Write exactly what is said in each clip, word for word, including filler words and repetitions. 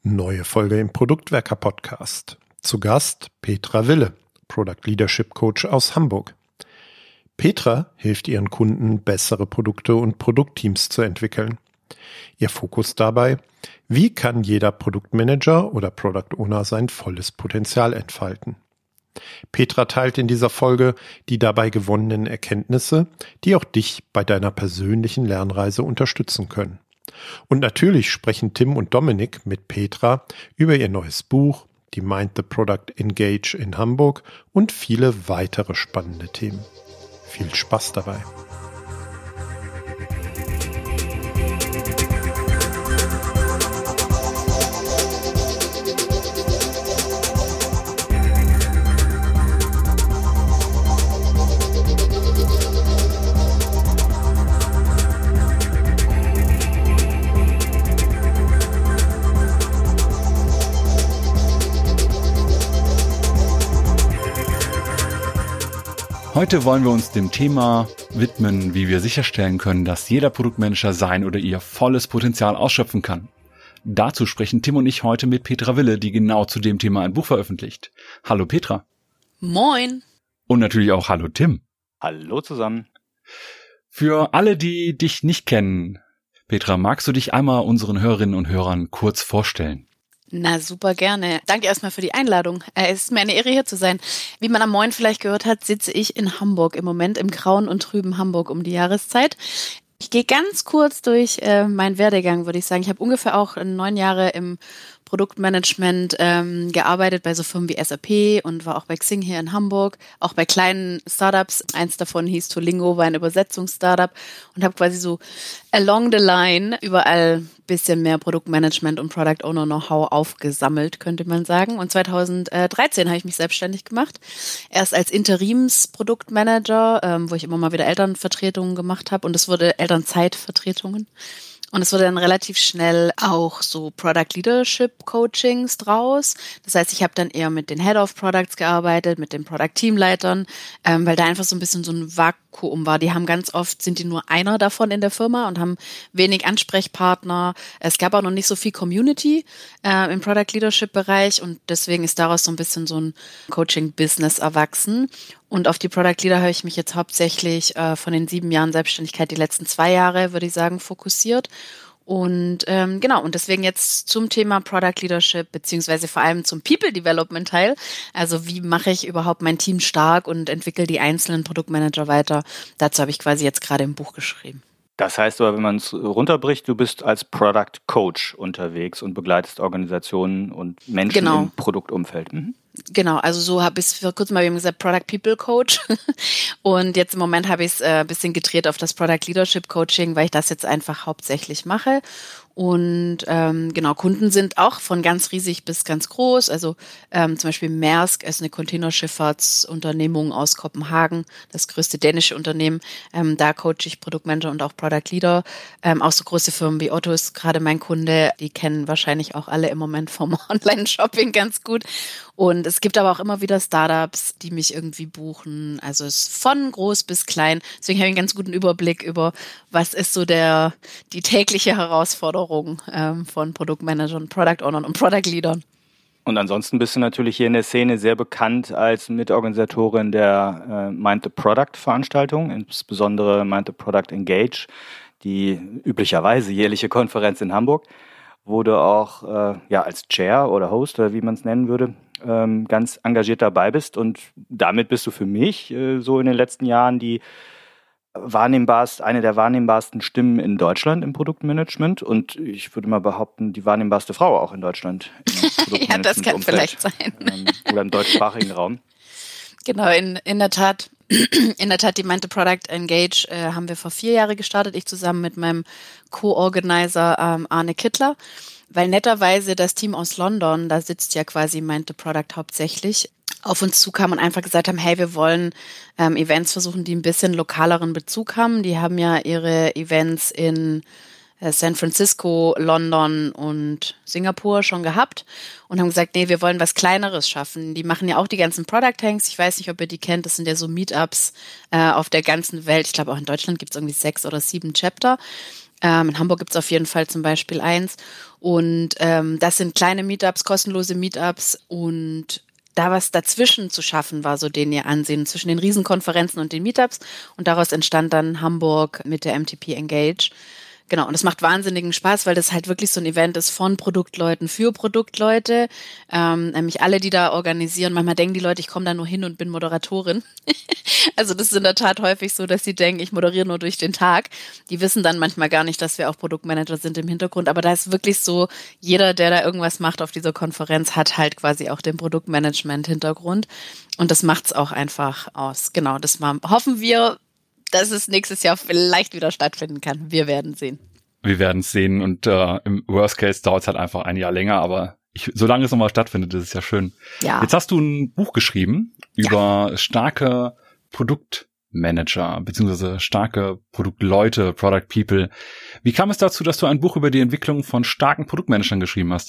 Neue Folge im Produktwerker-Podcast. Zu Gast Petra Wille, Product Leadership Coach aus Hamburg. Petra hilft ihren Kunden, bessere Produkte und Produktteams zu entwickeln. Ihr Fokus dabei: Wie kann jeder Produktmanager oder Product Owner sein volles Potenzial entfalten? Petra teilt in dieser Folge die dabei gewonnenen Erkenntnisse, die auch dich bei deiner persönlichen Lernreise unterstützen können. Und natürlich sprechen Tim und Dominik mit Petra über ihr neues Buch, die Mind the Product Engage in Hamburg und viele weitere spannende Themen. Viel Spaß dabei! Heute wollen wir uns dem Thema widmen, wie wir sicherstellen können, dass jeder Produktmanager sein oder ihr volles Potenzial ausschöpfen kann. Dazu sprechen Tim und ich heute mit Petra Wille, die genau zu dem Thema ein Buch veröffentlicht. Hallo Petra. Moin. Und natürlich auch hallo Tim. Hallo zusammen. Für alle, die dich nicht kennen, Petra, magst du dich einmal unseren Hörerinnen und Hörern kurz vorstellen? Na, super gerne. Danke erstmal für die Einladung. Es ist mir eine Ehre, hier zu sein. Wie man am Morgen vielleicht gehört hat, sitze ich in Hamburg im Moment, im grauen und trüben Hamburg um die Jahreszeit. Ich gehe ganz kurz durch äh, meinen Werdegang, würde ich sagen. Ich habe ungefähr auch neun Jahre im Produktmanagement ähm, gearbeitet bei so Firmen wie S A P und war auch bei Xing hier in Hamburg, auch bei kleinen Startups. Eins davon hieß Tolingo, war ein Übersetzungs-Startup und habe quasi so along the line überall ein bisschen mehr Produktmanagement und Product Owner Know-how aufgesammelt, könnte man sagen. Und zweitausenddreizehn habe ich mich selbstständig gemacht. Erst als Interims-Produktmanager, ähm, wo ich immer mal wieder Elternvertretungen gemacht habe, und es wurde Elternzeitvertretungen. Und es wurde dann relativ schnell auch so Product Leadership Coachings draus. Das heißt, ich habe dann eher mit den Head of Products gearbeitet, mit den Product Teamleitern, ähm, weil da einfach so ein bisschen so ein Vakuum war. Die haben ganz oft, sind die nur einer davon in der Firma und haben wenig Ansprechpartner. Es gab auch noch nicht so viel Community äh, im Product Leadership Bereich und deswegen ist daraus so ein bisschen so ein Coaching-Business erwachsen. Und auf die Product Leader habe ich mich jetzt hauptsächlich äh, von den sieben Jahren Selbstständigkeit die letzten zwei Jahre, würde ich sagen, fokussiert. Und ähm, genau, und deswegen jetzt zum Thema Product Leadership, beziehungsweise vor allem zum People Development Teil. Also wie mache ich überhaupt mein Team stark und entwickle die einzelnen Produktmanager weiter? Dazu habe ich quasi jetzt gerade ein Buch geschrieben. Das heißt aber, wenn man es runterbricht, du bist als Product Coach unterwegs und begleitest Organisationen und Menschen Genau. im Produktumfeld. Mhm. Genau, also so habe ich es vor kurzem mal eben gesagt, Product People Coach. Und jetzt im Moment habe ich es äh, ein bisschen gedreht auf das Product Leadership Coaching, weil ich das jetzt einfach hauptsächlich mache. Und ähm, genau, Kunden sind auch von ganz riesig bis ganz groß. Also ähm, zum Beispiel Maersk ist eine Containerschifffahrtsunternehmung aus Kopenhagen, das größte dänische Unternehmen. Ähm, da coache ich Produktmanager und auch Product Leader. Ähm, auch so große Firmen wie Otto ist gerade mein Kunde. Die kennen wahrscheinlich auch alle im Moment vom Online-Shopping ganz gut. Und es gibt aber auch immer wieder Startups, die mich irgendwie buchen. Also es ist von groß bis klein. Deswegen habe ich einen ganz guten Überblick über, was ist so der die tägliche Herausforderung ähm, von Produktmanagern, Product Ownern und Product Leadern. Und ansonsten bist du natürlich hier in der Szene sehr bekannt als Mitorganisatorin der äh, Mind the Product Veranstaltung, insbesondere Mind the Product Engage, die üblicherweise jährliche Konferenz in Hamburg, wo du auch äh, ja, als Chair oder Host oder wie man es nennen würde, ähm, ganz engagiert dabei bist. Und damit bist du für mich äh, so in den letzten Jahren die wahrnehmbarst, eine der wahrnehmbarsten Stimmen in Deutschland im Produktmanagement und ich würde mal behaupten, die wahrnehmbarste Frau auch in Deutschland im Produktmanagement. Ja, das kann vielleicht sein. Ähm, oder im deutschsprachigen Raum. Genau, in, in der Tat. In der Tat, die Mind the Product Engage äh, haben wir vor vier Jahren gestartet, ich zusammen mit meinem Co-Organizer ähm, Arne Kittler, weil netterweise das Team aus London, da sitzt ja quasi Mind the Product hauptsächlich, auf uns zukam und einfach gesagt haben, hey, wir wollen ähm, Events versuchen, die ein bisschen lokaleren Bezug haben. Die haben ja ihre Events in äh, San Francisco, London und Singapur schon gehabt und haben gesagt, nee, wir wollen was Kleineres schaffen. Die machen ja auch die ganzen Product Tanks. Ich weiß nicht, ob ihr die kennt. Das sind ja so Meetups äh, auf der ganzen Welt. Ich glaube, auch in Deutschland gibt es irgendwie sechs oder sieben Chapter. Ähm, in Hamburg gibt es auf jeden Fall zum Beispiel eins. Und ähm, das sind kleine Meetups, kostenlose Meetups. Und da was dazwischen zu schaffen war, so den ihr Ansehen, zwischen den Riesenkonferenzen und den Meetups. Und daraus entstand dann Hamburg mit der M T P Engage. Genau, und es macht wahnsinnigen Spaß, weil das halt wirklich so ein Event ist von Produktleuten für Produktleute. Ähm, nämlich alle, die da organisieren. Manchmal denken die Leute, ich komme da nur hin und bin Moderatorin. Also das ist in der Tat häufig so, dass sie denken, ich moderiere nur durch den Tag. Die wissen dann manchmal gar nicht, dass wir auch Produktmanager sind im Hintergrund. Aber da ist wirklich so, jeder, der da irgendwas macht auf dieser Konferenz, hat halt quasi auch den Produktmanagement-Hintergrund. Und das macht's auch einfach aus. Genau, das war, hoffen wir, dass es nächstes Jahr vielleicht wieder stattfinden kann. Wir werden sehen. Wir werden es sehen und äh, im Worst Case dauert es halt einfach ein Jahr länger, aber ich, solange es nochmal stattfindet, das ist ja schön. Ja. Jetzt hast du ein Buch geschrieben über ja. starke Produktmanager beziehungsweise starke Produktleute, Product People. Wie kam es dazu, dass du ein Buch über die Entwicklung von starken Produktmanagern geschrieben hast?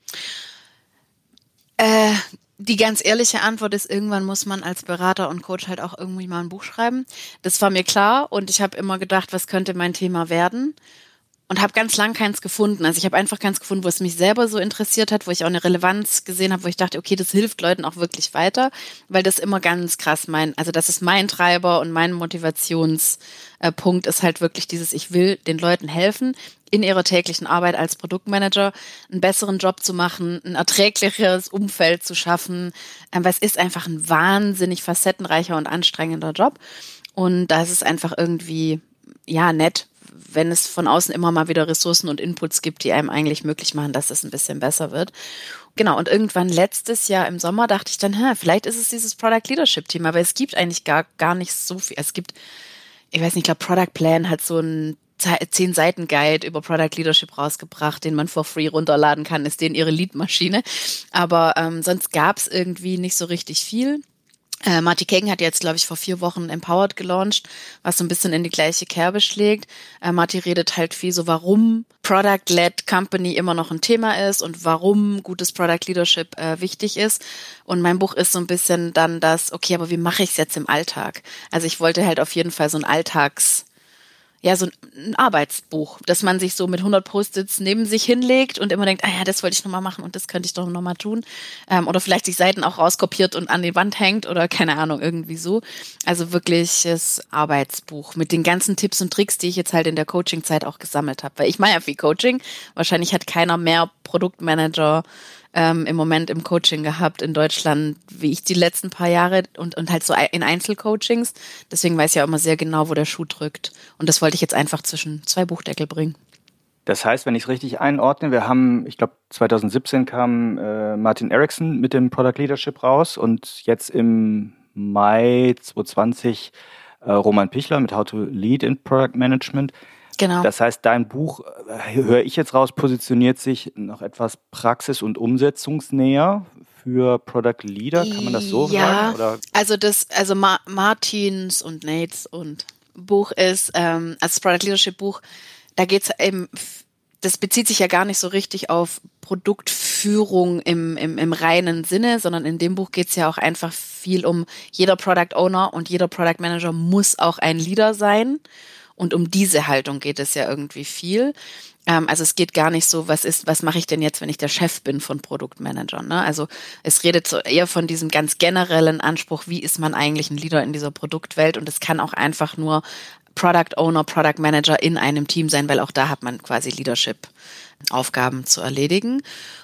Äh, die ganz ehrliche Antwort ist, irgendwann muss man als Berater und Coach halt auch irgendwie mal ein Buch schreiben. Das war mir klar und ich habe immer gedacht, was könnte mein Thema werden? Und habe ganz lang keins gefunden. Also ich habe einfach keins gefunden, wo es mich selber so interessiert hat, wo ich auch eine Relevanz gesehen habe, wo ich dachte, okay, das hilft Leuten auch wirklich weiter, weil das immer ganz krass mein, also das ist mein Treiber und mein Motivationspunkt ist halt wirklich dieses, ich will den Leuten helfen, in ihrer täglichen Arbeit als Produktmanager einen besseren Job zu machen, ein erträglicheres Umfeld zu schaffen, weil es ist einfach ein wahnsinnig facettenreicher und anstrengender Job und da ist es einfach irgendwie, ja, nett, wenn es von außen immer mal wieder Ressourcen und Inputs gibt, die einem eigentlich möglich machen, dass es ein bisschen besser wird. Genau, und irgendwann letztes Jahr im Sommer dachte ich dann, hä, vielleicht ist es dieses Product Leadership Thema, aber es gibt eigentlich gar, gar nicht so viel. Es gibt, ich weiß nicht, ich glaube, Product Plan hat so ein zehn Seiten Guide über Product Leadership rausgebracht, den man for free runterladen kann, ist denen ihre Lead-Maschine. Aber ähm, sonst gab es irgendwie nicht so richtig viel. Äh, Marty Kagan hat jetzt, glaube ich, vor vier Wochen Empowered gelauncht, was so ein bisschen in die gleiche Kerbe schlägt. Äh, Marty redet halt viel so, warum Product-led Company immer noch ein Thema ist und warum gutes Product Leadership äh, wichtig ist. Und mein Buch ist so ein bisschen dann das, okay, aber wie mache ich es jetzt im Alltag? Also ich wollte halt auf jeden Fall so ein Alltags- ja, so ein Arbeitsbuch, dass man sich so mit hundert Post-its neben sich hinlegt und immer denkt, ah ja, das wollte ich nochmal machen und das könnte ich doch nochmal tun. Ähm, oder vielleicht sich Seiten auch rauskopiert und an die Wand hängt oder keine Ahnung, irgendwie so. Also wirkliches Arbeitsbuch mit den ganzen Tipps und Tricks, die ich jetzt halt in der Coaching-Zeit auch gesammelt habe. Weil ich mache ja viel Coaching. Wahrscheinlich hat keiner mehr Produktmanager ähm, im Moment im Coaching gehabt in Deutschland, wie ich die letzten paar Jahre und, und halt so in Einzelcoachings. Deswegen weiß ich ja immer sehr genau, wo der Schuh drückt. Und das wollte ich jetzt einfach zwischen zwei Buchdeckel bringen. Das heißt, wenn ich es richtig einordne, wir haben, ich glaube, zwanzig siebzehn kam äh, Martin Erickson mit dem Product Leadership raus und jetzt im Mai zwanzig zwanzig äh, Roman Pichler mit How to Lead in Product Management. Genau. Das heißt, dein Buch, höre ich jetzt raus, positioniert sich noch etwas praxis- und umsetzungsnäher für Product Leader. Kann man das so ja, sagen? Oder? Also das, also Ma- Martins und Nates und Buch ist, ähm, also das Product Leadership Buch, da geht's eben, das bezieht sich ja gar nicht so richtig auf Produktführung im, im, im reinen Sinne, sondern in dem Buch geht's ja auch einfach viel um, jeder Product Owner und jeder Product Manager muss auch ein Leader sein. Und um diese Haltung geht es ja irgendwie viel. Ähm, also es geht gar nicht so, was ist, was mache ich denn jetzt, wenn ich der Chef bin von Produktmanagern, ne? Also es redet so eher von diesem ganz generellen Anspruch, wie ist man eigentlich ein Leader in dieser Produktwelt? Und es kann auch einfach nur Product Owner, Product Manager in einem Team sein, weil auch da hat man quasi Leadership-Aufgaben zu erledigen.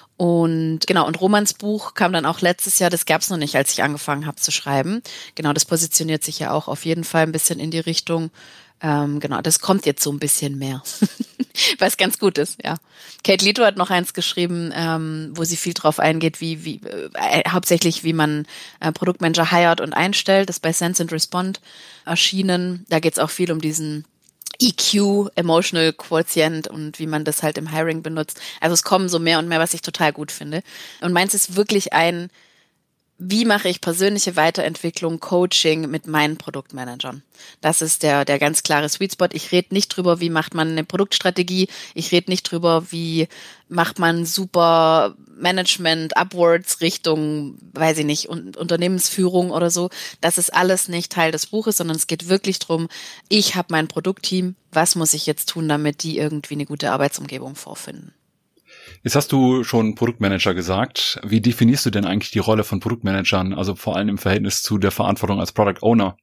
Und genau, und Romans Buch kam dann auch letztes Jahr, das gab es noch nicht, als ich angefangen habe zu schreiben. Genau, das positioniert sich ja auch auf jeden Fall ein bisschen in die Richtung. Ähm, genau, das kommt jetzt so ein bisschen mehr, was ganz gut ist, ja. Kate Leto hat noch eins geschrieben, ähm, wo sie viel drauf eingeht, wie, wie äh, hauptsächlich wie man äh, Produktmanager hired und einstellt. Das ist bei Sense and Respond erschienen. Da geht es auch viel um diesen E Q, Emotional Quotient und wie man das halt im Hiring benutzt. Also es kommen so mehr und mehr, was ich total gut finde. Und meins ist wirklich ein wie mache ich persönliche Weiterentwicklung, Coaching mit meinen Produktmanagern? Das ist der, der ganz klare Sweet Spot. Ich rede nicht drüber, wie macht man eine Produktstrategie. Ich rede nicht drüber, wie macht man super Management, Upwards Richtung, weiß ich nicht, Unternehmensführung oder so. Das ist alles nicht Teil des Buches, sondern es geht wirklich drum, ich habe mein Produktteam, was muss ich jetzt tun, damit die irgendwie eine gute Arbeitsumgebung vorfinden? Jetzt hast du schon Produktmanager gesagt. Wie definierst du denn eigentlich die Rolle von Produktmanagern, also vor allem im Verhältnis zu der Verantwortung als Product Owner?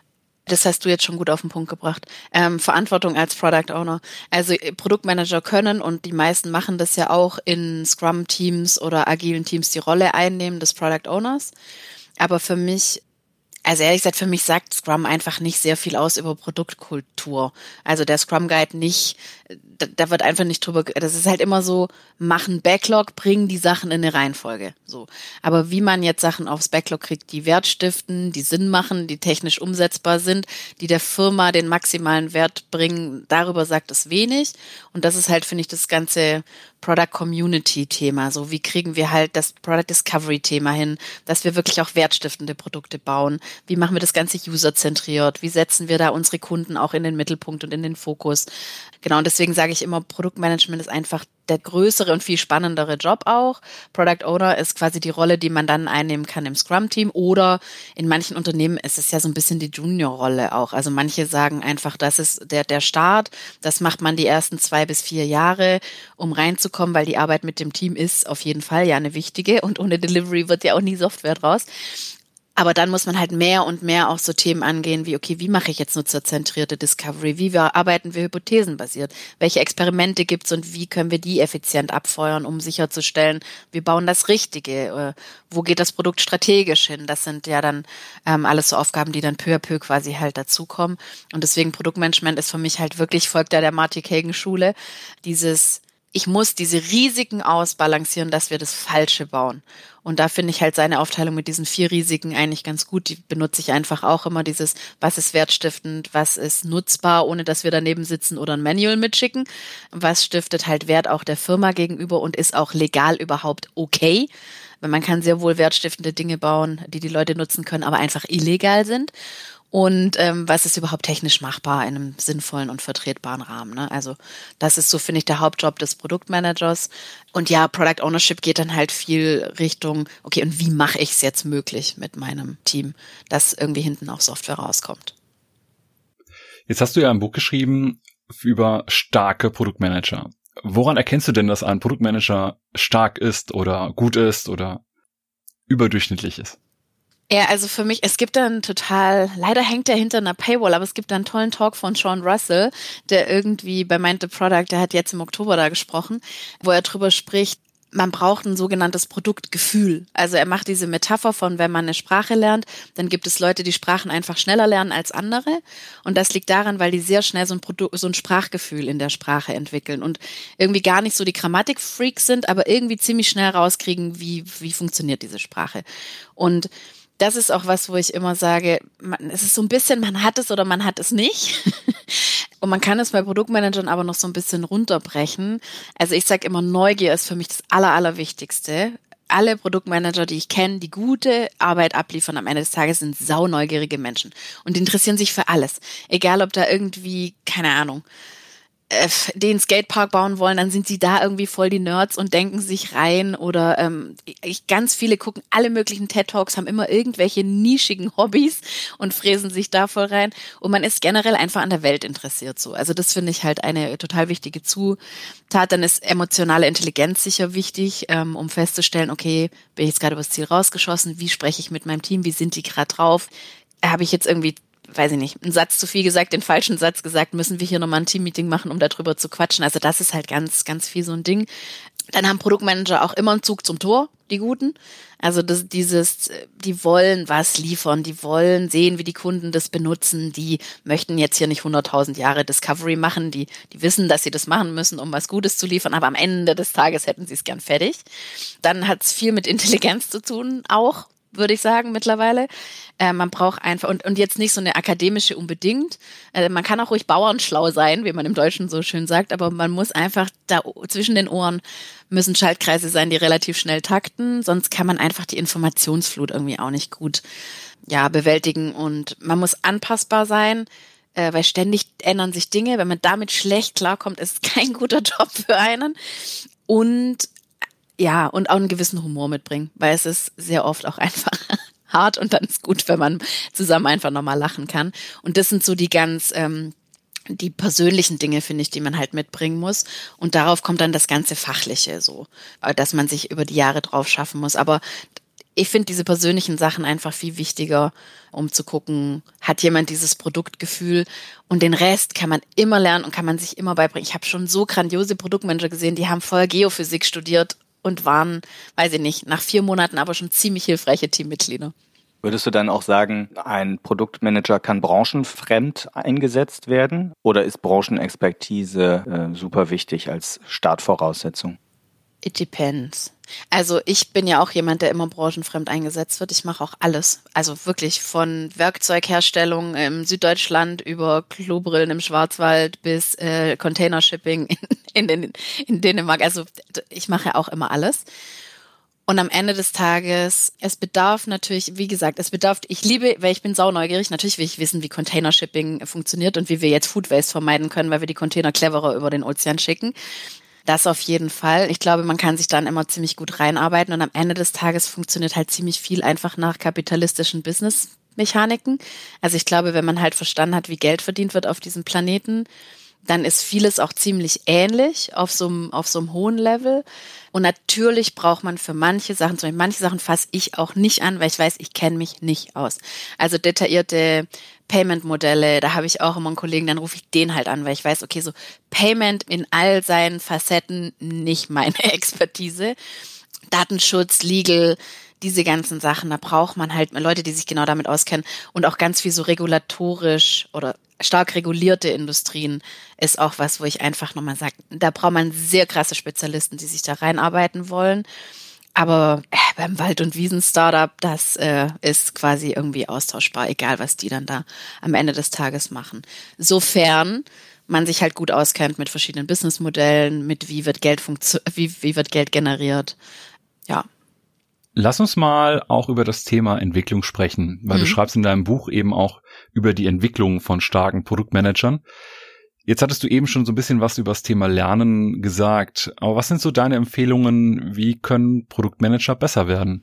Das hast du jetzt schon gut auf den Punkt gebracht. Ähm, Verantwortung als Product Owner. Also Produktmanager können, und die meisten machen das ja auch in Scrum-Teams oder agilen Teams, die Rolle einnehmen des Product Owners. Aber für mich, also ehrlich gesagt, für mich sagt Scrum einfach nicht sehr viel aus über Produktkultur. Also der Scrum Guide nicht, da, da wird einfach nicht drüber, das ist halt immer so, machen Backlog, bringen die Sachen in eine Reihenfolge. So. Aber wie man jetzt Sachen aufs Backlog kriegt, die Wert stiften, die Sinn machen, die technisch umsetzbar sind, die der Firma den maximalen Wert bringen, darüber sagt es wenig. Und das ist halt, finde ich, das ganze Product Community Thema. So, wie kriegen wir halt das Product Discovery Thema hin, dass wir wirklich auch wertstiftende Produkte bauen? Wie machen wir das Ganze userzentriert? Wie setzen wir da unsere Kunden auch in den Mittelpunkt und in den Fokus? Genau, und deswegen sage ich immer, Produktmanagement ist einfach der größere und viel spannendere Job auch. Product Owner ist quasi die Rolle, die man dann einnehmen kann im Scrum-Team, oder in manchen Unternehmen ist es ja so ein bisschen die Junior-Rolle auch. Also manche sagen einfach, das ist der, der Start, das macht man die ersten zwei bis vier Jahre, um reinzukommen, weil die Arbeit mit dem Team ist auf jeden Fall ja eine wichtige, und ohne Delivery wird ja auch nie Software draus. Aber dann muss man halt mehr und mehr auch so Themen angehen wie, okay, wie mache ich jetzt nutzerzentrierte Discovery? Wie wir, arbeiten wir hypothesenbasiert? Welche Experimente gibt's und wie können wir die effizient abfeuern, um sicherzustellen, wir bauen das Richtige? Wo geht das Produkt strategisch hin? Das sind ja dann ähm, alles so Aufgaben, die dann peu à peu quasi halt dazukommen. Und deswegen Produktmanagement ist für mich halt wirklich, folgt da der Marty Kagan Schule, dieses, ich muss diese Risiken ausbalancieren, dass wir das Falsche bauen. Und da finde ich halt seine Aufteilung mit diesen vier Risiken eigentlich ganz gut. Die benutze ich einfach auch immer, dieses, was ist wertstiftend, was ist nutzbar, ohne dass wir daneben sitzen oder ein Manual mitschicken. Was stiftet halt Wert auch der Firma gegenüber und ist auch legal überhaupt okay. Weil man kann sehr wohl wertstiftende Dinge bauen, die die Leute nutzen können, aber einfach illegal sind. Und ähm, was ist überhaupt technisch machbar in einem sinnvollen und vertretbaren Rahmen, ne? Also das ist so, finde ich, der Hauptjob des Produktmanagers. Und ja, Product Ownership geht dann halt viel Richtung, okay, und wie mache ich es jetzt möglich mit meinem Team, dass irgendwie hinten auch Software rauskommt. Jetzt hast du ja ein Buch geschrieben über starke Produktmanager. Woran erkennst du denn, dass ein Produktmanager stark ist oder gut ist oder überdurchschnittlich ist? Ja, also für mich, es gibt dann total, leider hängt der hinter einer Paywall, aber es gibt da einen tollen Talk von Sean Russell, der irgendwie bei Mind the Product, der hat jetzt im Oktober da gesprochen, wo er drüber spricht, man braucht ein sogenanntes Produktgefühl. Also er macht diese Metapher von, wenn man eine Sprache lernt, dann gibt es Leute, die Sprachen einfach schneller lernen als andere. Und das liegt daran, weil die sehr schnell so ein Produ- so ein Sprachgefühl in der Sprache entwickeln und irgendwie gar nicht so die Grammatik-Freaks sind, aber irgendwie ziemlich schnell rauskriegen, wie, wie funktioniert diese Sprache. Und das ist auch was, wo ich immer sage, man, es ist so ein bisschen, man hat es oder man hat es nicht. Und man kann es bei Produktmanagern aber noch so ein bisschen runterbrechen. Also ich sage immer, Neugier ist für mich das Aller, Allerwichtigste. Alle Produktmanager, die ich kenne, die gute Arbeit abliefern am Ende des Tages, sind sauneugierige Menschen. Und die interessieren sich für alles. Egal, ob da irgendwie, keine Ahnung, den Skatepark bauen wollen, dann sind sie da irgendwie voll die Nerds und denken sich rein, oder ähm, ich, ganz viele gucken alle möglichen TED-Talks, haben immer irgendwelche nischigen Hobbys und fräsen sich da voll rein, und man ist generell einfach an der Welt interessiert so. Also das finde ich halt eine total wichtige Zutat. Dann ist emotionale Intelligenz sicher wichtig, ähm, um festzustellen, okay, bin ich jetzt gerade übers Ziel rausgeschossen, wie spreche ich mit meinem Team, wie sind die gerade drauf, habe ich jetzt irgendwie, weiß ich nicht, einen Satz zu viel gesagt, den falschen Satz gesagt, müssen wir hier nochmal ein Teammeeting machen, um darüber zu quatschen. Also das ist halt ganz, ganz viel so ein Ding. Dann haben Produktmanager auch immer einen Zug zum Tor, die Guten. Also das, dieses, die wollen was liefern, die wollen sehen, wie die Kunden das benutzen, die möchten jetzt hier nicht hunderttausend Jahre Discovery machen, die, die wissen, dass sie das machen müssen, um was Gutes zu liefern, aber am Ende des Tages hätten sie es gern fertig. Dann hat es viel mit Intelligenz zu tun auch. würde ich sagen, mittlerweile. Äh, man braucht einfach, und, und jetzt nicht so eine akademische unbedingt. Äh, man kann auch ruhig bauernschlau sein, wie man im Deutschen so schön sagt, aber man muss einfach da zwischen den Ohren müssen Schaltkreise sein, die relativ schnell takten, sonst kann man einfach die Informationsflut irgendwie auch nicht gut ja, bewältigen und man muss anpassbar sein, äh, weil ständig ändern sich Dinge. Wenn man damit schlecht klarkommt, ist es kein guter Job für einen. Und ja, und auch einen gewissen Humor mitbringen, weil es ist sehr oft auch einfach hart und dann ist gut, wenn man zusammen einfach nochmal lachen kann. Und das sind so die ganz, ähm, die persönlichen Dinge, finde ich, die man halt mitbringen muss. Und darauf kommt dann das ganze Fachliche so, dass man sich über die Jahre drauf schaffen muss. Aber ich finde diese persönlichen Sachen einfach viel wichtiger, um zu gucken, hat jemand dieses Produktgefühl und den Rest kann man immer lernen und kann man sich immer beibringen. Ich habe schon so grandiose Produktmanager gesehen, die haben vorher Geophysik studiert und waren, weiß ich nicht, nach vier Monaten aber schon ziemlich hilfreiche Teammitglieder. Würdest du dann auch sagen, ein Produktmanager kann branchenfremd eingesetzt werden oder ist Branchenexpertise äh, super wichtig als Startvoraussetzung? It depends. Also ich bin ja auch jemand, der immer branchenfremd eingesetzt wird. Ich mache auch alles. Also wirklich von Werkzeugherstellung im Süddeutschland über Klobrillen im Schwarzwald bis äh, Containershipping in, in, den, in Dänemark. Also ich mache ja auch immer alles. Und am Ende des Tages, es bedarf natürlich, wie gesagt, es bedarf, ich liebe, weil ich bin sauneugierig, natürlich will ich wissen, wie Containershipping funktioniert und wie wir jetzt Food Waste vermeiden können, weil wir die Container cleverer über den Ozean schicken. Das auf jeden Fall. Ich glaube, man kann sich dann immer ziemlich gut reinarbeiten und am Ende des Tages funktioniert halt ziemlich viel einfach nach kapitalistischen Business-Mechaniken. Also ich glaube, wenn man halt verstanden hat, wie Geld verdient wird auf diesem Planeten, dann ist vieles auch ziemlich ähnlich auf so einem, auf so einem hohen Level. Und natürlich braucht man für manche Sachen, zum Beispiel manche Sachen fasse ich auch nicht an, weil ich weiß, ich kenne mich nicht aus. Also detaillierte Payment-Modelle, da habe ich auch immer einen Kollegen, dann rufe ich den halt an, weil ich weiß, okay, so Payment in all seinen Facetten, nicht meine Expertise. Datenschutz, Legal, diese ganzen Sachen, da braucht man halt Leute, die sich genau damit auskennen und auch ganz viel so regulatorisch oder stark regulierte Industrien ist auch was, wo ich einfach nochmal sage, da braucht man sehr krasse Spezialisten, die sich da reinarbeiten wollen. Aber äh, beim Wald- und Wiesen-Startup, das äh, ist quasi irgendwie austauschbar, egal was die dann da am Ende des Tages machen. Sofern man sich halt gut auskennt mit verschiedenen Businessmodellen, mit wie wird Geld funktio- wie, wie wird Geld generiert. Ja. Lass uns mal auch über das Thema Entwicklung sprechen, weil mhm. du schreibst in deinem Buch eben auch über die Entwicklung von starken Produktmanagern. Jetzt hattest du eben schon so ein bisschen was über das Thema Lernen gesagt. Aber was sind so deine Empfehlungen? Wie können Produktmanager besser werden?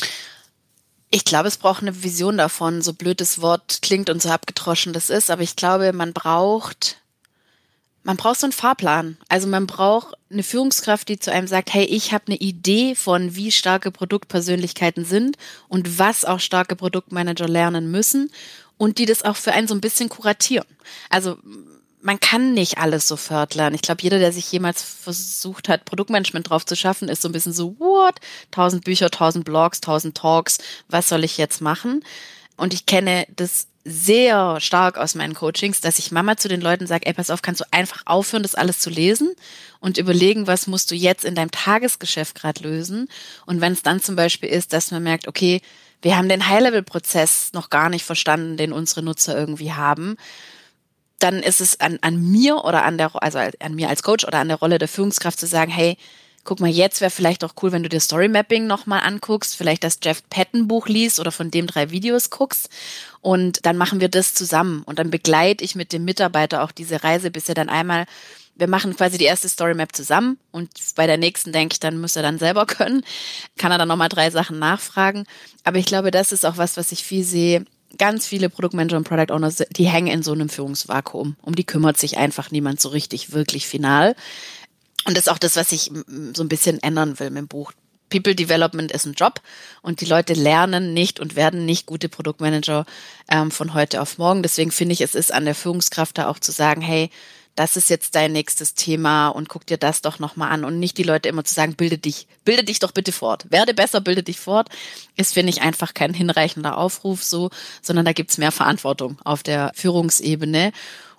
Ich glaube, es braucht eine Vision davon, so blöd das Wort klingt und so abgedroschen das ist. Aber ich glaube, man braucht, man braucht so einen Fahrplan. Also man braucht eine Führungskraft, die zu einem sagt, hey, ich habe eine Idee von, wie starke Produktpersönlichkeiten sind und was auch starke Produktmanager lernen müssen und die das auch für einen so ein bisschen kuratieren. Also man kann nicht alles sofort lernen. Ich glaube, jeder, der sich jemals versucht hat, Produktmanagement drauf zu schaffen, ist so ein bisschen so, what? Tausend Bücher, tausend Blogs, tausend Talks, was soll ich jetzt machen? Und ich kenne das sehr stark aus meinen Coachings, dass ich Mama zu den Leuten sage, ey, pass auf, kannst du einfach aufhören, das alles zu lesen und überlegen, was musst du jetzt in deinem Tagesgeschäft gerade lösen? Und wenn es dann zum Beispiel ist, dass man merkt, okay, wir haben den High-Level-Prozess noch gar nicht verstanden, den unsere Nutzer irgendwie haben, dann ist es an, an mir oder an der, also an mir als Coach oder an der Rolle der Führungskraft zu sagen, hey, guck mal, jetzt wäre vielleicht auch cool, wenn du dir Story Mapping nochmal anguckst, vielleicht das Jeff Patton Buch liest oder von dem drei Videos guckst und dann machen wir das zusammen und dann begleite ich mit dem Mitarbeiter auch diese Reise, bis er dann einmal, wir machen quasi die erste Story Map zusammen und bei der nächsten denke ich, dann muss er dann selber können, kann er dann nochmal drei Sachen nachfragen, aber ich glaube, das ist auch was, was ich viel sehe. Ganz viele Produktmanager und Product Owners, die hängen in so einem Führungsvakuum. Um die kümmert sich einfach niemand so richtig, wirklich final. Und das ist auch das, was ich so ein bisschen ändern will mit dem Buch. People Development ist ein Job und die Leute lernen nicht und werden nicht gute Produktmanager ähm, von heute auf morgen. Deswegen finde ich, es ist an der Führungskraft da auch zu sagen, hey, das ist jetzt dein nächstes Thema und guck dir das doch nochmal an und nicht die Leute immer zu sagen, bilde dich, bilde dich doch bitte fort. Werde besser, bilde dich fort, ist, finde ich, einfach kein hinreichender Aufruf so, sondern da gibt's mehr Verantwortung auf der Führungsebene.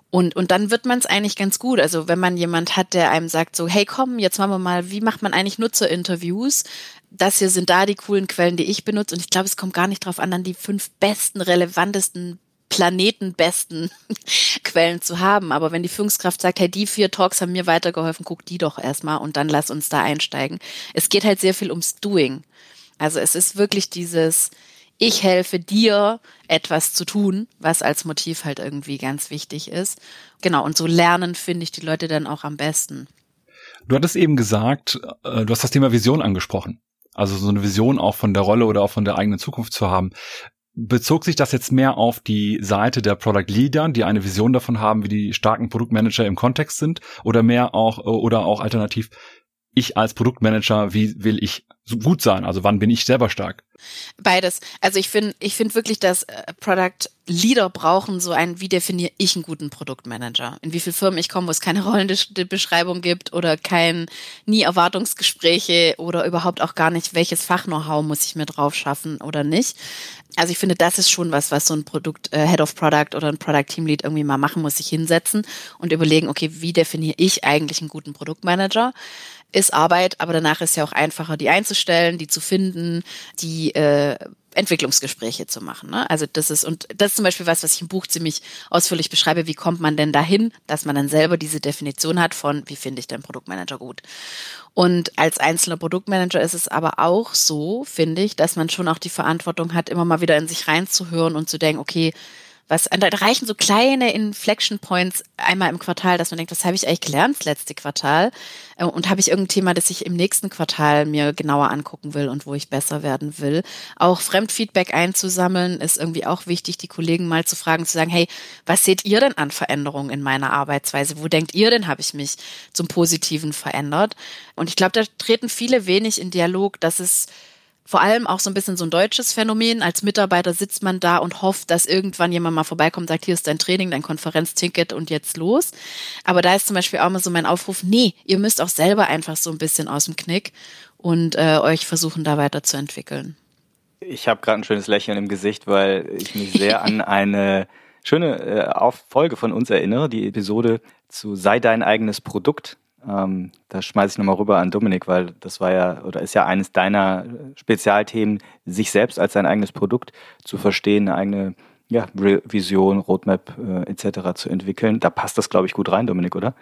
Und, und dann wird man es eigentlich ganz gut. Also wenn man jemand hat, der einem sagt so, hey komm, jetzt machen wir mal, wie macht man eigentlich Nutzerinterviews? Das hier sind da die coolen Quellen, die ich benutze. Und ich glaube, es kommt gar nicht drauf an, dann die fünf besten, relevantesten, planetenbesten Quellen zu haben. Aber wenn die Führungskraft sagt, hey, die vier Talks haben mir weitergeholfen, guck die doch erstmal und dann lass uns da einsteigen. Es geht halt sehr viel ums Doing. Also es ist wirklich dieses, ich helfe dir, etwas zu tun, was als Motiv halt irgendwie ganz wichtig ist. Genau, und so lernen finde ich die Leute dann auch am besten. Du hattest eben gesagt, du hast das Thema Vision angesprochen. Also so eine Vision auch von der Rolle oder auch von der eigenen Zukunft zu haben. Bezog sich das jetzt mehr auf die Seite der Product Leader, die eine Vision davon haben, wie die starken Produktmanager im Kontext sind, oder mehr auch, oder auch alternativ, ich als Produktmanager, wie will ich so gut sein? Also wann bin ich selber stark? Beides. Also ich finde, ich finde wirklich, dass äh, Product Leader brauchen so ein, wie definiere ich einen guten Produktmanager? In wie viele Firmen ich komme, wo es keine Rollenbeschreibung gibt oder kein, nie Erwartungsgespräche oder überhaupt auch gar nicht, welches Fach-Know-how muss ich mir drauf schaffen oder nicht. Also ich finde, das ist schon was, was so ein Produkt, äh, Head of Product oder ein Product Team Lead irgendwie mal machen muss, sich hinsetzen und überlegen, okay, wie definiere ich eigentlich einen guten Produktmanager? Ist Arbeit, aber danach ist ja auch einfacher, die einzustellen, die zu finden, die äh, Entwicklungsgespräche zu machen. Ne? Also das ist, und das ist zum Beispiel was, was ich im Buch ziemlich ausführlich beschreibe, wie kommt man denn dahin, dass man dann selber diese Definition hat von, wie finde ich den Produktmanager gut. Und als einzelner Produktmanager ist es aber auch so, finde ich, dass man schon auch die Verantwortung hat, immer mal wieder in sich reinzuhören und zu denken, okay, was, da reichen so kleine Inflection Points einmal im Quartal, dass man denkt, was habe ich eigentlich gelernt das letzte Quartal? Und habe ich irgendein Thema, das ich im nächsten Quartal mir genauer angucken will und wo ich besser werden will? Auch Fremdfeedback einzusammeln ist irgendwie auch wichtig, die Kollegen mal zu fragen, zu sagen, hey, was seht ihr denn an Veränderungen in meiner Arbeitsweise? Wo denkt ihr denn, habe ich mich zum Positiven verändert? Und ich glaube, da treten viele wenig in Dialog, dass es vor allem auch so ein bisschen so ein deutsches Phänomen. Als Mitarbeiter sitzt man da und hofft, dass irgendwann jemand mal vorbeikommt und sagt, hier ist dein Training, dein Konferenzticket und jetzt los. Aber da ist zum Beispiel auch mal so mein Aufruf, nee, ihr müsst auch selber einfach so ein bisschen aus dem Knick und äh, euch versuchen, da weiterzuentwickeln. Ich habe gerade ein schönes Lächeln im Gesicht, weil ich mich sehr an eine schöne äh, Folge von uns erinnere, die Episode zu Sei dein eigenes Produkt. Ähm, da schmeiße ich nochmal rüber an Dominik, weil das war ja oder ist ja eines deiner Spezialthemen, sich selbst als sein eigenes Produkt zu verstehen, eine eigene ja, Vision, Roadmap äh, et cetera zu entwickeln. Da passt das, glaube ich, gut rein, Dominik, oder?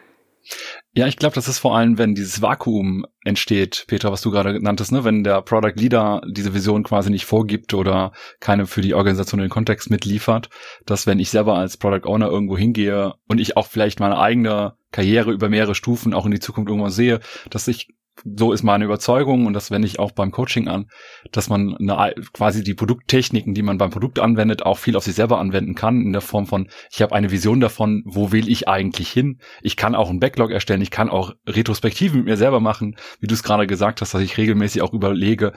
Ja, ich glaube, das ist vor allem, wenn dieses Vakuum entsteht, Petra, was du gerade nanntest, ne, wenn der Product Leader diese Vision quasi nicht vorgibt oder keine für die Organisation den Kontext mitliefert, dass wenn ich selber als Product Owner irgendwo hingehe und ich auch vielleicht meine eigene Karriere über mehrere Stufen auch in die Zukunft irgendwann sehe, dass ich, so ist meine Überzeugung und das wende ich auch beim Coaching an, dass man eine, quasi die Produkttechniken, die man beim Produkt anwendet, auch viel auf sich selber anwenden kann, in der Form von, ich habe eine Vision davon, wo will ich eigentlich hin? Ich kann auch einen Backlog erstellen, ich kann auch Retrospektiven mit mir selber machen, wie du es gerade gesagt hast, dass ich regelmäßig auch überlege,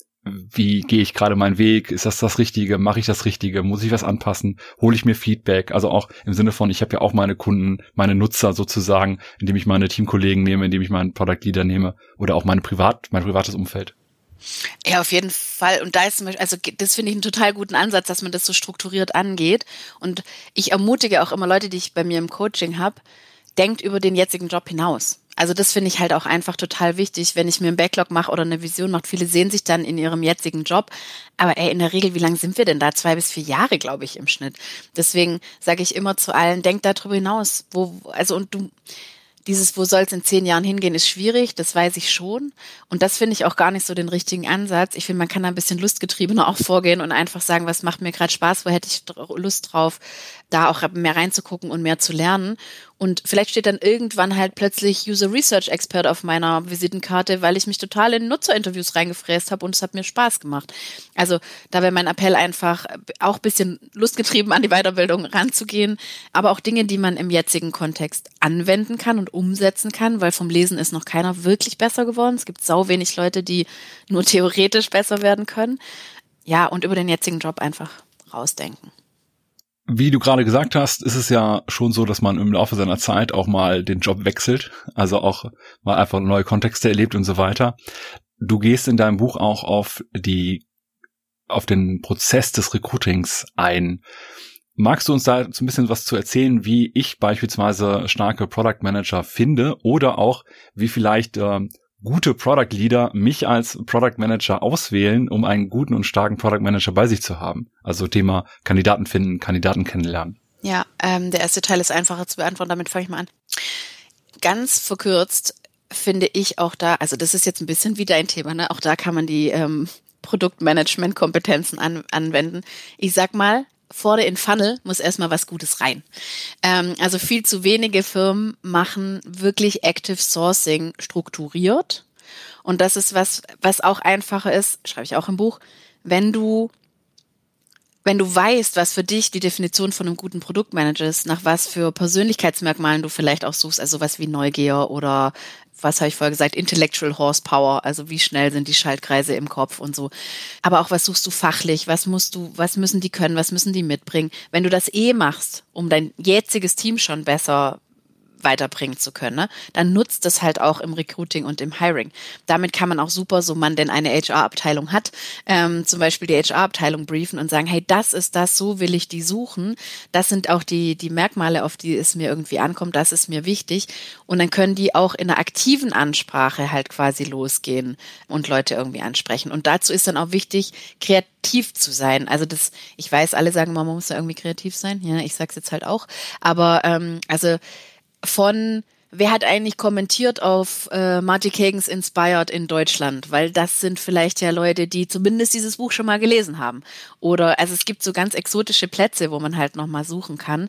wie gehe ich gerade meinen Weg? Ist das das Richtige? Mache ich das Richtige? Muss ich was anpassen? Hole ich mir Feedback? Also auch im Sinne von, ich habe ja auch meine Kunden, meine Nutzer sozusagen, indem ich meine Teamkollegen nehme, indem ich meinen Product Leader nehme oder auch meine Privat, mein privates Umfeld. Ja, auf jeden Fall. Und da ist zum Beispiel, also das finde ich einen total guten Ansatz, dass man das so strukturiert angeht. Und ich ermutige auch immer Leute, die ich bei mir im Coaching habe, denkt über den jetzigen Job hinaus. Also das finde ich halt auch einfach total wichtig, wenn ich mir einen Backlog mache oder eine Vision mache. Viele sehen sich dann in ihrem jetzigen Job. Aber ey, in der Regel, wie lange sind wir denn da? Zwei bis vier Jahre, glaube ich, im Schnitt. Deswegen sage ich immer zu allen, denkt darüber hinaus. Wo, also und du, dieses, wo soll es in zehn Jahren hingehen, ist schwierig, das weiß ich schon. Und das finde ich auch gar nicht so den richtigen Ansatz. Ich finde, man kann da ein bisschen lustgetriebener auch vorgehen und einfach sagen, was macht mir gerade Spaß, wo hätte ich Lust drauf, da auch mehr reinzugucken und mehr zu lernen. Und vielleicht steht dann irgendwann halt plötzlich User Research Expert auf meiner Visitenkarte, weil ich mich total in Nutzerinterviews reingefräst habe und es hat mir Spaß gemacht. Also da wäre mein Appell einfach auch ein bisschen lustgetrieben an die Weiterbildung ranzugehen, aber auch Dinge, die man im jetzigen Kontext anwenden kann und umsetzen kann, weil vom Lesen ist noch keiner wirklich besser geworden. Es gibt sau wenig Leute, die nur theoretisch besser werden können. Ja, und über den jetzigen Job einfach rausdenken. Wie du gerade gesagt hast, ist es ja schon so, dass man im Laufe seiner Zeit auch mal den Job wechselt, also auch mal einfach neue Kontexte erlebt und so weiter. Du gehst in deinem Buch auch auf die, auf den Prozess des Recruitings ein. Magst du uns da so ein bisschen was zu erzählen, wie ich beispielsweise starke Product Manager finde oder auch wie vielleicht äh, gute Product Leader mich als Product Manager auswählen, um einen guten und starken Product Manager bei sich zu haben? Also Thema Kandidaten finden, Kandidaten kennenlernen. Ja, ähm, der erste Teil ist einfacher zu beantworten, damit fange ich mal an. Ganz verkürzt finde ich auch da, also das ist jetzt ein bisschen wie dein Thema, ne? Auch da kann man die ähm, Produktmanagement-Kompetenzen an, anwenden. Ich sag mal, vorne in Funnel muss erstmal was Gutes rein. Ähm, also viel zu wenige Firmen machen wirklich Active Sourcing strukturiert. Und das ist was, was auch einfacher ist, schreibe ich auch im Buch, wenn du Wenn du weißt, was für dich die Definition von einem guten Produktmanager ist, nach was für Persönlichkeitsmerkmalen du vielleicht auch suchst, also sowas wie Neugier oder, was habe ich vorher gesagt, Intellectual Horsepower, also wie schnell sind die Schaltkreise im Kopf und so. Aber auch, was suchst du fachlich, was musst du, was müssen die können, was müssen die mitbringen? Wenn du das eh machst, um dein jetziges Team schon besser weiterbringen zu können, ne? Dann nutzt das halt auch im Recruiting und im Hiring. Damit kann man auch super, so man denn eine H R-Abteilung hat, ähm, zum Beispiel die H R-Abteilung briefen und sagen, hey, das ist das, so will ich die suchen. Das sind auch die, die Merkmale, auf die es mir irgendwie ankommt, das ist mir wichtig. Und dann können die auch in einer aktiven Ansprache halt quasi losgehen und Leute irgendwie ansprechen. Und dazu ist dann auch wichtig, kreativ zu sein. Also das, ich weiß, alle sagen immer, man muss da irgendwie kreativ sein. Ja, ich sag's jetzt halt auch. Aber ähm, also von, wer hat eigentlich kommentiert auf äh, Marty Kagan's Inspired in Deutschland? Weil das sind vielleicht ja Leute, die zumindest dieses Buch schon mal gelesen haben. Oder, also es gibt so ganz exotische Plätze, wo man halt nochmal suchen kann.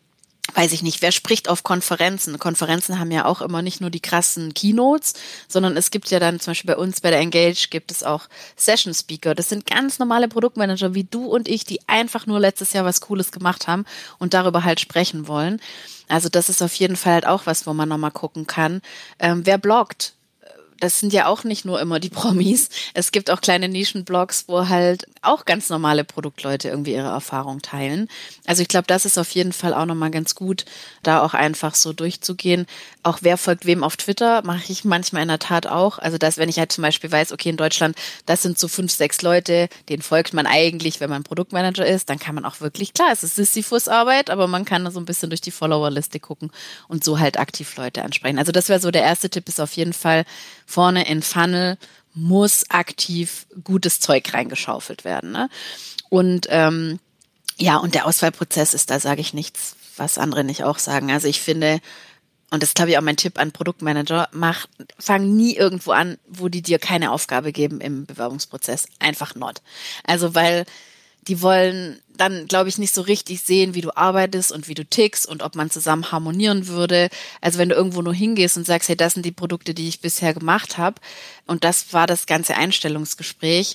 Weiß ich nicht, wer spricht auf Konferenzen? Konferenzen haben ja auch immer nicht nur die krassen Keynotes, sondern es gibt ja dann zum Beispiel bei uns bei der Engage gibt es auch Session Speaker. Das sind ganz normale Produktmanager wie du und ich, die einfach nur letztes Jahr was Cooles gemacht haben und darüber halt sprechen wollen. Also das ist auf jeden Fall halt auch was, wo man nochmal gucken kann. Ähm, wer bloggt? Das sind ja auch nicht nur immer die Promis. Es gibt auch kleine Nischenblogs, wo halt auch ganz normale Produktleute irgendwie ihre Erfahrung teilen. Also ich glaube, das ist auf jeden Fall auch nochmal ganz gut, da auch einfach so durchzugehen. Auch wer folgt wem auf Twitter, mache ich manchmal in der Tat auch. Also dass, wenn ich halt zum Beispiel weiß, okay, in Deutschland, das sind so fünf, sechs Leute, denen folgt man eigentlich, wenn man Produktmanager ist, dann kann man auch wirklich, klar, es ist Sisyphus-Arbeit, aber man kann so ein bisschen durch die Followerliste gucken und so halt aktiv Leute ansprechen. Also das wäre so der erste Tipp, ist auf jeden Fall, vorne in Funnel muss aktiv gutes Zeug reingeschaufelt werden. Ne? Und ähm, ja, und der Auswahlprozess ist, da sage ich nichts, was andere nicht auch sagen. Also ich finde, und das ist, glaube ich, auch mein Tipp an Produktmanager, mach, fang nie irgendwo an, wo die dir keine Aufgabe geben im Bewerbungsprozess. Einfach not. Also weil die wollen dann, glaube ich, nicht so richtig sehen, wie du arbeitest und wie du tickst und ob man zusammen harmonieren würde. Also wenn du irgendwo nur hingehst und sagst, hey, das sind die Produkte, die ich bisher gemacht habe und das war das ganze Einstellungsgespräch.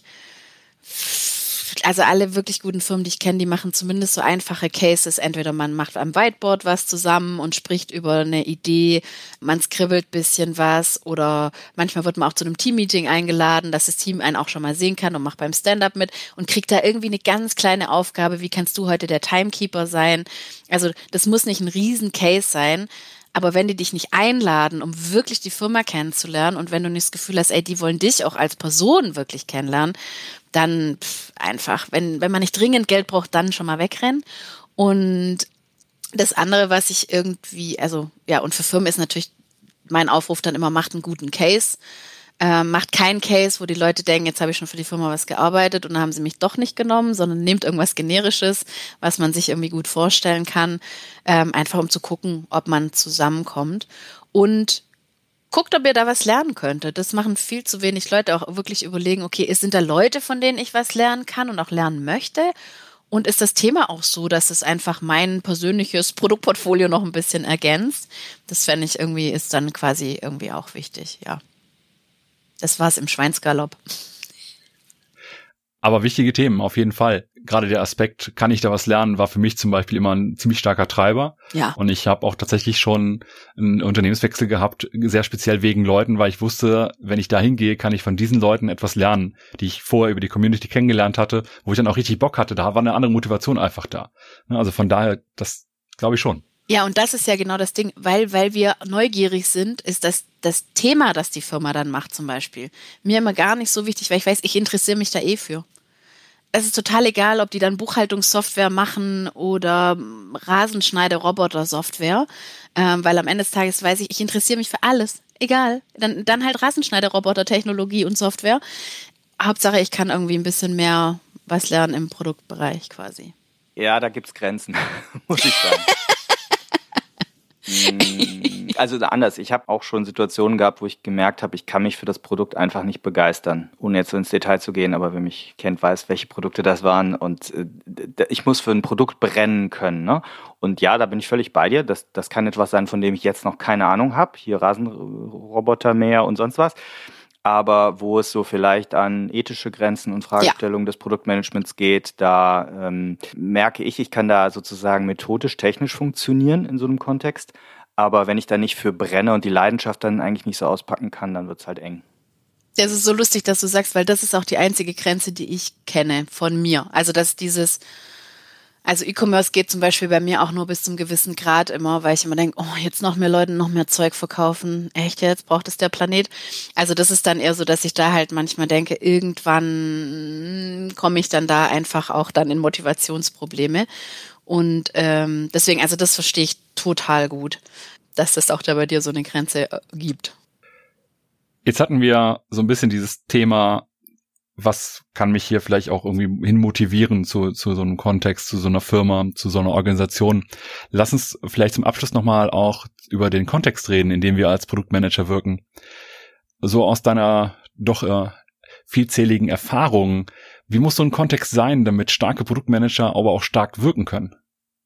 Also alle wirklich guten Firmen, die ich kenne, die machen zumindest so einfache Cases. Entweder man macht am Whiteboard was zusammen und spricht über eine Idee, man skribbelt ein bisschen was oder manchmal wird man auch zu einem Teammeeting eingeladen, dass das Team einen auch schon mal sehen kann und macht beim Stand-up mit und kriegt da irgendwie eine ganz kleine Aufgabe. Wie kannst du heute der Timekeeper sein? Also das muss nicht ein riesen Case sein. Aber wenn die dich nicht einladen, um wirklich die Firma kennenzulernen und wenn du nicht das Gefühl hast, ey, die wollen dich auch als Person wirklich kennenlernen, dann pff, einfach, wenn, wenn man nicht dringend Geld braucht, dann schon mal wegrennen. Und das andere, was ich irgendwie, also ja, und für Firmen ist natürlich mein Aufruf dann immer, macht einen guten Case. Ähm, macht keinen Case, wo die Leute denken, jetzt habe ich schon für die Firma was gearbeitet und dann haben sie mich doch nicht genommen, sondern nehmt irgendwas Generisches, was man sich irgendwie gut vorstellen kann, ähm, einfach um zu gucken, ob man zusammenkommt. Und guckt, ob ihr da was lernen könntet. Das machen viel zu wenig Leute, auch wirklich überlegen, okay, sind da Leute, von denen ich was lernen kann und auch lernen möchte? Und ist das Thema auch so, dass es einfach mein persönliches Produktportfolio noch ein bisschen ergänzt? Das fände ich irgendwie, ist dann quasi irgendwie auch wichtig, ja. Das war's im Schweinsgalopp. Aber wichtige Themen, auf jeden Fall. Gerade der Aspekt, kann ich da was lernen, war für mich zum Beispiel immer ein ziemlich starker Treiber. Ja. Und ich habe auch tatsächlich schon einen Unternehmenswechsel gehabt, sehr speziell wegen Leuten, weil ich wusste, wenn ich da hingehe, kann ich von diesen Leuten etwas lernen, die ich vorher über die Community kennengelernt hatte, wo ich dann auch richtig Bock hatte. Da war eine andere Motivation einfach da. Also von daher, das glaube ich schon. Ja, und das ist ja genau das Ding, weil weil wir neugierig sind, ist das das Thema, das die Firma dann macht zum Beispiel, mir immer gar nicht so wichtig, weil ich weiß, ich interessiere mich da eh für. es ist total egal, ob die dann Buchhaltungssoftware machen oder Rasenschneider-Roboter-Software, ähm, weil am Ende des Tages weiß ich, ich interessiere mich für alles. Egal. Dann, dann halt Rasenschneider-Roboter-Technologie und Software. Hauptsache, ich kann irgendwie ein bisschen mehr was lernen im Produktbereich quasi. Ja, da gibt's Grenzen, muss ich sagen. Also anders, ich habe auch schon Situationen gehabt, wo ich gemerkt habe, ich kann mich für das Produkt einfach nicht begeistern, ohne jetzt so ins Detail zu gehen, aber wer mich kennt, weiß, welche Produkte das waren und äh, ich muss für ein Produkt brennen können, ne? Und ja, da bin ich völlig bei dir, das, das kann etwas sein, von dem ich jetzt noch keine Ahnung habe, hier Rasenrobotermäher und sonst was, aber wo es so vielleicht an ethische Grenzen und Fragestellungen ja. des Produktmanagements geht, da ähm, merke ich, ich kann da sozusagen methodisch, technisch funktionieren in so einem Kontext. Aber wenn ich da nicht für brenne und die Leidenschaft dann eigentlich nicht so auspacken kann, dann wird's halt eng. Das ist so lustig, dass du sagst, weil das ist auch die einzige Grenze, die ich kenne von mir. Also dass dieses, also E-Commerce geht zum Beispiel bei mir auch nur bis zum gewissen Grad immer, weil ich immer denke, oh, jetzt noch mehr Leuten noch mehr Zeug verkaufen. Echt jetzt? Braucht es der Planet? Also das ist dann eher so, dass ich da halt manchmal denke, irgendwann komme ich dann da einfach auch dann in Motivationsprobleme. Und ähm, deswegen, also das verstehe ich total gut, dass das auch da bei dir so eine Grenze äh, gibt. Jetzt hatten wir so ein bisschen dieses Thema, was kann mich hier vielleicht auch irgendwie hin motivieren zu, zu so einem Kontext, zu so einer Firma, zu so einer Organisation. Lass uns vielleicht zum Abschluss nochmal auch über den Kontext reden, in dem wir als Produktmanager wirken. So aus deiner doch äh, vielzähligen Erfahrung, wie muss so ein Kontext sein, damit starke Produktmanager aber auch stark wirken können?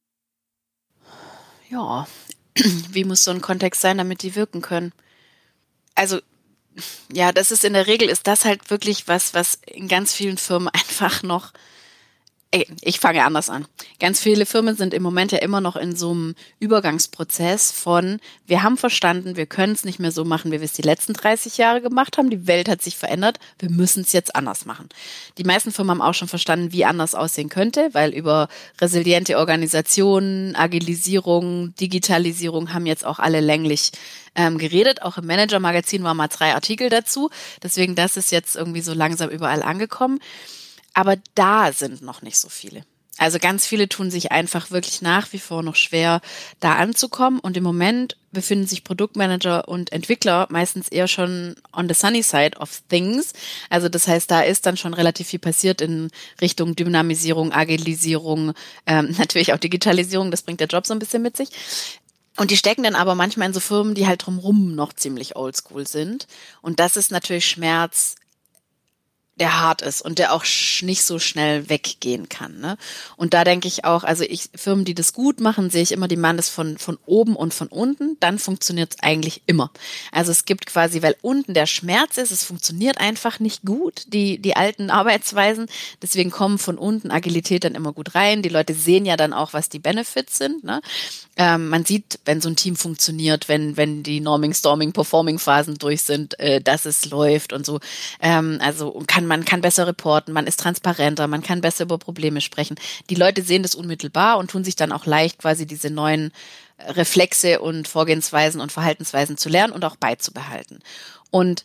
Ja, wie muss so ein Kontext sein, damit die wirken können? Also, ja, das ist in der Regel, ist das halt wirklich was, was in ganz vielen Firmen einfach noch, ey, ich fange anders an. Ganz viele Firmen sind im Moment ja immer noch in so einem Übergangsprozess von, wir haben verstanden, wir können es nicht mehr so machen, wie wir es die letzten dreißig Jahre gemacht haben. Die Welt hat sich verändert, wir müssen es jetzt anders machen. Die meisten Firmen haben auch schon verstanden, wie anders aussehen könnte, weil über resiliente Organisationen, Agilisierung, Digitalisierung haben jetzt auch alle länglich ähm, geredet. Auch im Manager-Magazin waren mal drei Artikel dazu. Deswegen, das ist jetzt irgendwie so langsam überall angekommen. Aber da sind noch nicht so viele. Also ganz viele tun sich einfach wirklich nach wie vor noch schwer, da anzukommen. Und im Moment befinden sich Produktmanager und Entwickler meistens eher schon on the sunny side of things. Also das heißt, da ist dann schon relativ viel passiert in Richtung Dynamisierung, Agilisierung, ähm, natürlich auch Digitalisierung. Das bringt der Job so ein bisschen mit sich. Und die stecken dann aber manchmal in so Firmen, die halt drumherum noch ziemlich oldschool sind. Und das ist natürlich Schmerz, der hart ist und der auch nicht so schnell weggehen kann, ne? Und da denke ich auch, also ich, Firmen, die das gut machen, sehe ich immer, die machen das von, von oben und von unten, dann funktioniert es eigentlich immer. Also es gibt quasi, weil unten der Schmerz ist, es funktioniert einfach nicht gut, die, die alten Arbeitsweisen, deswegen kommen von unten Agilität dann immer gut rein. Die Leute sehen ja dann auch, was die Benefits sind, ne? Ähm, man sieht, wenn so ein Team funktioniert, wenn, wenn die Norming, Storming, Performing-Phasen durch sind, äh, dass es läuft und so. Ähm, also kann man kann besser reporten, man ist transparenter, man kann besser über Probleme sprechen. Die Leute sehen das unmittelbar und tun sich dann auch leicht, quasi diese neuen Reflexe und Vorgehensweisen und Verhaltensweisen zu lernen und auch beizubehalten. Und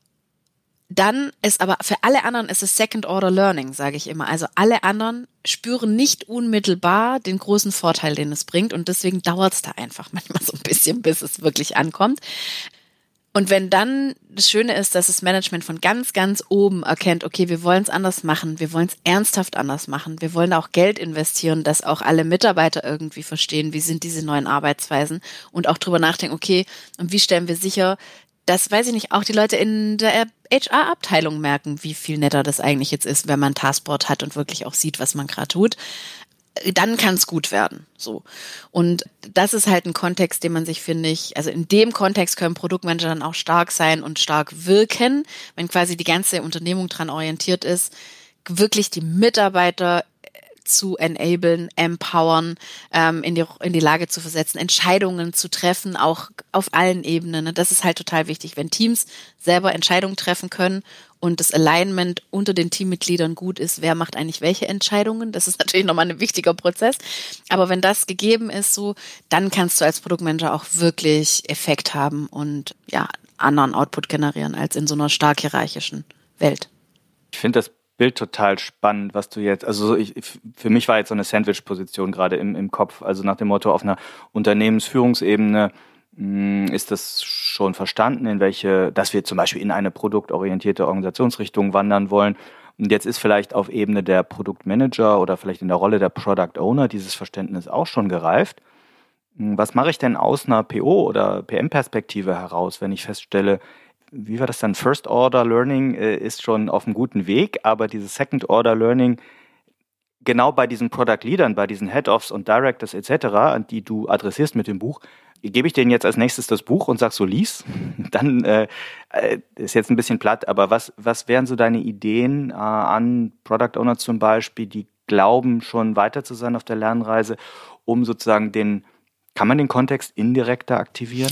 dann ist aber für alle anderen ist es Second Order Learning, sage ich immer. Also alle anderen spüren nicht unmittelbar den großen Vorteil, den es bringt, und deswegen dauert es da einfach manchmal so ein bisschen, bis es wirklich ankommt. Und wenn dann das Schöne ist, dass das Management von ganz, ganz oben erkennt, okay, wir wollen es anders machen, wir wollen es ernsthaft anders machen, wir wollen auch Geld investieren, dass auch alle Mitarbeiter irgendwie verstehen, wie sind diese neuen Arbeitsweisen, und auch drüber nachdenken, okay, und wie stellen wir sicher, dass, weiß ich nicht, auch die Leute in der H R-Abteilung merken, wie viel netter das eigentlich jetzt ist, wenn man ein Taskboard hat und wirklich auch sieht, was man gerade tut. Dann kann es gut werden. So. Und das ist halt ein Kontext, den man sich, finde ich, also in dem Kontext können Produktmanager dann auch stark sein und stark wirken, wenn quasi die ganze Unternehmung dran orientiert ist, wirklich die Mitarbeiter zu enablen, empowern, ähm, in die, in die Lage zu versetzen, Entscheidungen zu treffen, auch auf allen Ebenen. Das ist halt total wichtig, wenn Teams selber Entscheidungen treffen können und das Alignment unter den Teammitgliedern gut ist, wer macht eigentlich welche Entscheidungen. Das ist natürlich nochmal ein wichtiger Prozess. Aber wenn das gegeben ist, so, dann kannst du als Produktmanager auch wirklich Effekt haben und ja, anderen Output generieren als in so einer stark hierarchischen Welt. Ich finde das Bild total spannend, was du jetzt, also ich, für mich war jetzt so eine Sandwich-Position gerade im, im Kopf, also nach dem Motto, auf einer Unternehmensführungsebene mh, ist das schon verstanden, in welche, dass wir zum Beispiel in eine produktorientierte Organisationsrichtung wandern wollen. Und jetzt ist vielleicht auf Ebene der Produktmanager oder vielleicht in der Rolle der Product Owner dieses Verständnis auch schon gereift. Was mache ich denn aus einer P O- oder P M-Perspektive heraus, wenn ich feststelle, wie war das dann? First-Order-Learning äh, ist schon auf einem guten Weg, aber dieses Second-Order-Learning genau bei diesen Product-Leadern, bei diesen Head-Offs und Directors et cetera, die du adressierst mit dem Buch, gebe ich denen jetzt als nächstes das Buch und sag so, lies, dann äh, ist jetzt ein bisschen platt, aber was, was wären so deine Ideen äh, an Product-Owner zum Beispiel, die glauben, schon weiter zu sein auf der Lernreise, um sozusagen den, kann man den Kontext indirekter aktivieren?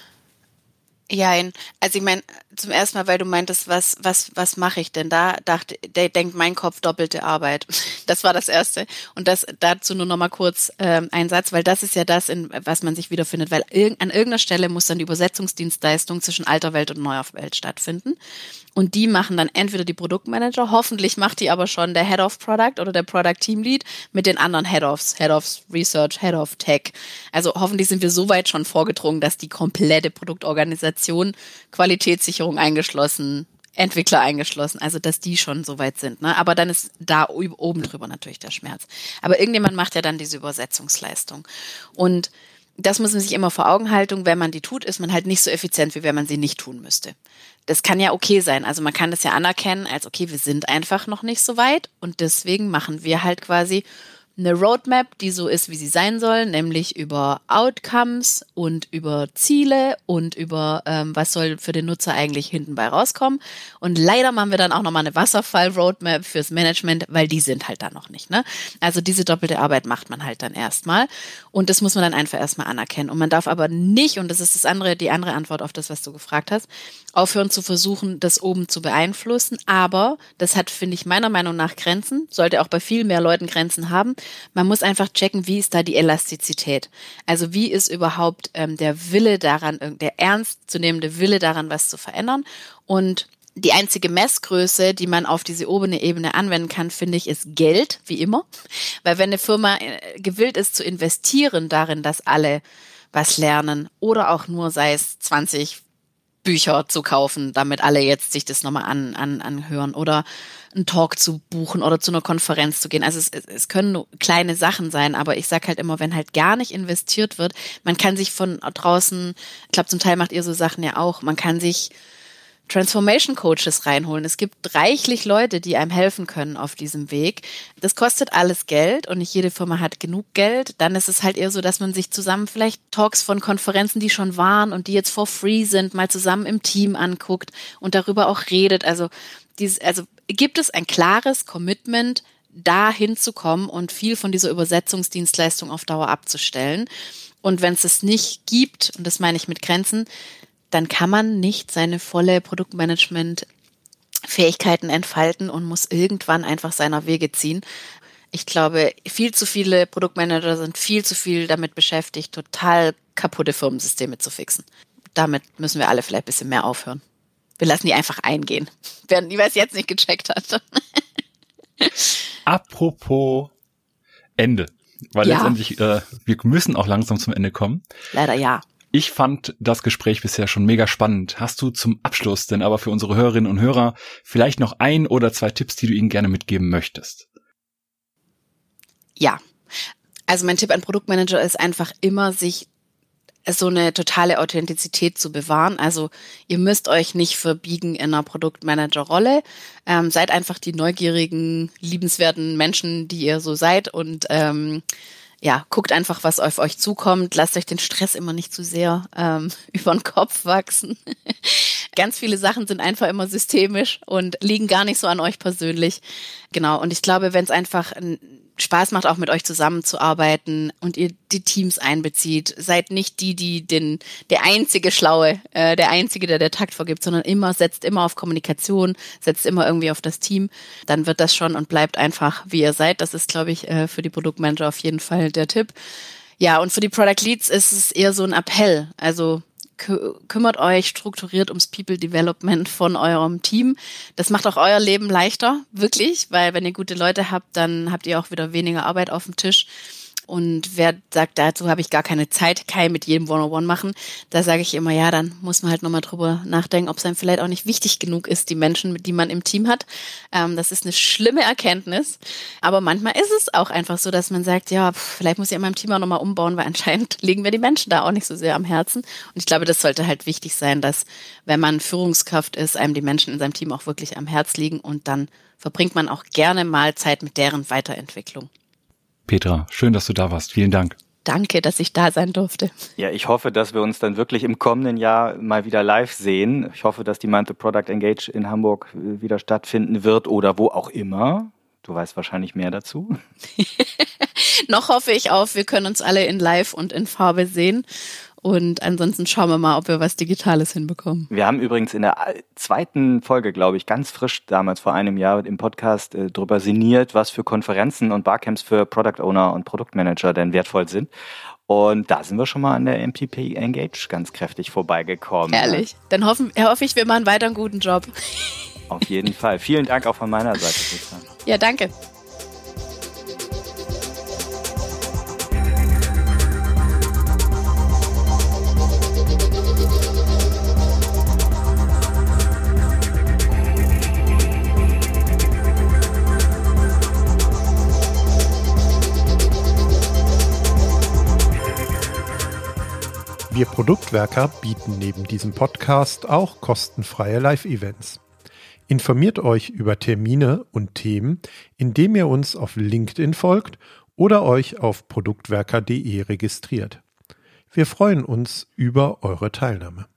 Ja, also ich meine, zum ersten Mal, weil du meintest, was was was mache ich denn da? Dachte, der denkt mein Kopf doppelte Arbeit. Das war das Erste. Und das dazu nur noch mal kurz ähm, ein Satz, weil das ist ja das, in was man sich wiederfindet, weil irg- an irgendeiner Stelle muss dann die Übersetzungsdienstleistung zwischen alter Welt und neuer Welt stattfinden. Und die machen dann entweder die Produktmanager, hoffentlich macht die aber schon der Head of Product oder der Product Team Lead mit den anderen Head ofs, Head of Research, Head of Tech. Also hoffentlich sind wir so weit schon vorgedrungen, dass die komplette Produktorganisation, Qualitätssicherung eingeschlossen, Entwickler eingeschlossen, also dass die schon so weit sind. Ne? Aber dann ist da oben drüber natürlich der Schmerz. Aber irgendjemand macht ja dann diese Übersetzungsleistung. Und das muss man sich immer vor Augen halten, wenn man die tut, ist man halt nicht so effizient, wie wenn man sie nicht tun müsste. Das kann ja okay sein, also man kann das ja anerkennen als, okay, wir sind einfach noch nicht so weit und deswegen machen wir halt quasi eine Roadmap, die so ist, wie sie sein soll, nämlich über Outcomes und über Ziele und über ähm, was soll für den Nutzer eigentlich hinten bei rauskommen. Und leider machen wir dann auch nochmal eine Wasserfall-Roadmap fürs Management, weil die sind halt da noch nicht. Ne? Also diese doppelte Arbeit macht man halt dann erstmal und das muss man dann einfach erstmal anerkennen. Und man darf aber nicht, und das ist das andere, die andere Antwort auf das, was du gefragt hast, aufhören zu versuchen, das oben zu beeinflussen. Aber das hat, finde ich, meiner Meinung nach Grenzen, sollte auch bei viel mehr Leuten Grenzen haben. Man muss einfach checken, wie ist da die Elastizität? Also wie ist überhaupt ähm, der Wille daran, der ernstzunehmende Wille daran, was zu verändern? Und die einzige Messgröße, die man auf diese obere Ebene anwenden kann, finde ich, ist Geld, wie immer. Weil wenn eine Firma gewillt ist zu investieren darin, dass alle was lernen oder auch nur, sei es zwanzig Bücher zu kaufen, damit alle jetzt sich das nochmal an, an, anhören oder einen Talk zu buchen oder zu einer Konferenz zu gehen. Also es, es können nur kleine Sachen sein, aber ich sag halt immer, wenn halt gar nicht investiert wird, man kann sich von draußen, ich glaube zum Teil macht ihr so Sachen ja auch, man kann sich Transformation Coaches reinholen. Es gibt reichlich Leute, die einem helfen können auf diesem Weg. Das kostet alles Geld und nicht jede Firma hat genug Geld. Dann ist es halt eher so, dass man sich zusammen vielleicht Talks von Konferenzen, die schon waren und die jetzt for free sind, mal zusammen im Team anguckt und darüber auch redet. Also, dieses, also gibt es ein klares Commitment, da hinzukommen und viel von dieser Übersetzungsdienstleistung auf Dauer abzustellen. Und wenn es es nicht gibt, und das meine ich mit Grenzen, dann kann man nicht seine volle Produktmanagement-Fähigkeiten entfalten und muss irgendwann einfach seiner Wege ziehen. Ich glaube, viel zu viele Produktmanager sind viel zu viel damit beschäftigt, total kaputte Firmensysteme zu fixen. Damit müssen wir alle vielleicht ein bisschen mehr aufhören. Wir lassen die einfach eingehen, wer es jetzt nicht gecheckt hat. Apropos Ende, weil ja. letztendlich, äh, wir müssen auch langsam zum Ende kommen. Leider ja. Ich fand das Gespräch bisher schon mega spannend. Hast du zum Abschluss denn aber für unsere Hörerinnen und Hörer vielleicht noch ein oder zwei Tipps, die du ihnen gerne mitgeben möchtest? Ja, also mein Tipp an Produktmanager ist einfach immer, sich so eine totale Authentizität zu bewahren. Also ihr müsst euch nicht verbiegen in einer Produktmanager-Rolle. Ähm, seid einfach die neugierigen, liebenswerten Menschen, die ihr so seid und ähm, ja, guckt einfach, was auf euch zukommt. Lasst euch den Stress immer nicht zu sehr ähm, über den Kopf wachsen. Ganz viele Sachen sind einfach immer systemisch und liegen gar nicht so an euch persönlich. Genau, und ich glaube, wenn es einfach Spaß macht, auch mit euch zusammenzuarbeiten und ihr die Teams einbezieht, seid nicht die, die den der einzige Schlaue, äh, der Einzige, der der Takt vorgibt, sondern immer, setzt immer auf Kommunikation, setzt immer irgendwie auf das Team, dann wird das schon und bleibt einfach, wie ihr seid. Das ist, glaube ich, äh, für die Produktmanager auf jeden Fall der Tipp. Ja, und für die Product Leads ist es eher so ein Appell. Also kü- kümmert euch strukturiert ums People Development von eurem Team. Das macht auch euer Leben leichter, wirklich, weil wenn ihr gute Leute habt, dann habt ihr auch wieder weniger Arbeit auf dem Tisch. Und wer sagt, dazu habe ich gar keine Zeit, kann ich mit jedem One-on-One machen, da sage ich immer, ja, dann muss man halt nochmal drüber nachdenken, ob es einem vielleicht auch nicht wichtig genug ist, die Menschen, die man im Team hat. Ähm, das ist eine schlimme Erkenntnis, aber manchmal ist es auch einfach so, dass man sagt, ja, pff, vielleicht muss ich in meinem Team auch nochmal umbauen, weil anscheinend liegen mir die Menschen da auch nicht so sehr am Herzen. Und ich glaube, das sollte halt wichtig sein, dass, wenn man Führungskraft ist, einem die Menschen in seinem Team auch wirklich am Herz liegen und dann verbringt man auch gerne mal Zeit mit deren Weiterentwicklung. Petra, schön, dass du da warst. Vielen Dank. Danke, dass ich da sein durfte. Ja, ich hoffe, dass wir uns dann wirklich im kommenden Jahr mal wieder live sehen. Ich hoffe, dass die Mind the Product Engage in Hamburg wieder stattfinden wird oder wo auch immer. Du weißt wahrscheinlich mehr dazu. Noch hoffe ich auf, wir können uns alle in Live und in Farbe sehen. Und ansonsten schauen wir mal, ob wir was Digitales hinbekommen. Wir haben übrigens in der zweiten Folge, glaube ich, ganz frisch damals vor einem Jahr im Podcast äh, drüber sinniert, was für Konferenzen und Barcamps für Product Owner und Produktmanager denn wertvoll sind. Und da sind wir schon mal an der M T P Engage ganz kräftig vorbeigekommen. Ehrlich. Dann hoffen, hoffe ich, wir machen weiter einen guten Job. Auf jeden Fall. Vielen Dank auch von meiner Seite, Petra. Ja, danke. Wir Produktwerker bieten neben diesem Podcast auch kostenfreie Live-Events. Informiert euch über Termine und Themen, indem ihr uns auf LinkedIn folgt oder euch auf produktwerker punkt de registriert. Wir freuen uns über eure Teilnahme.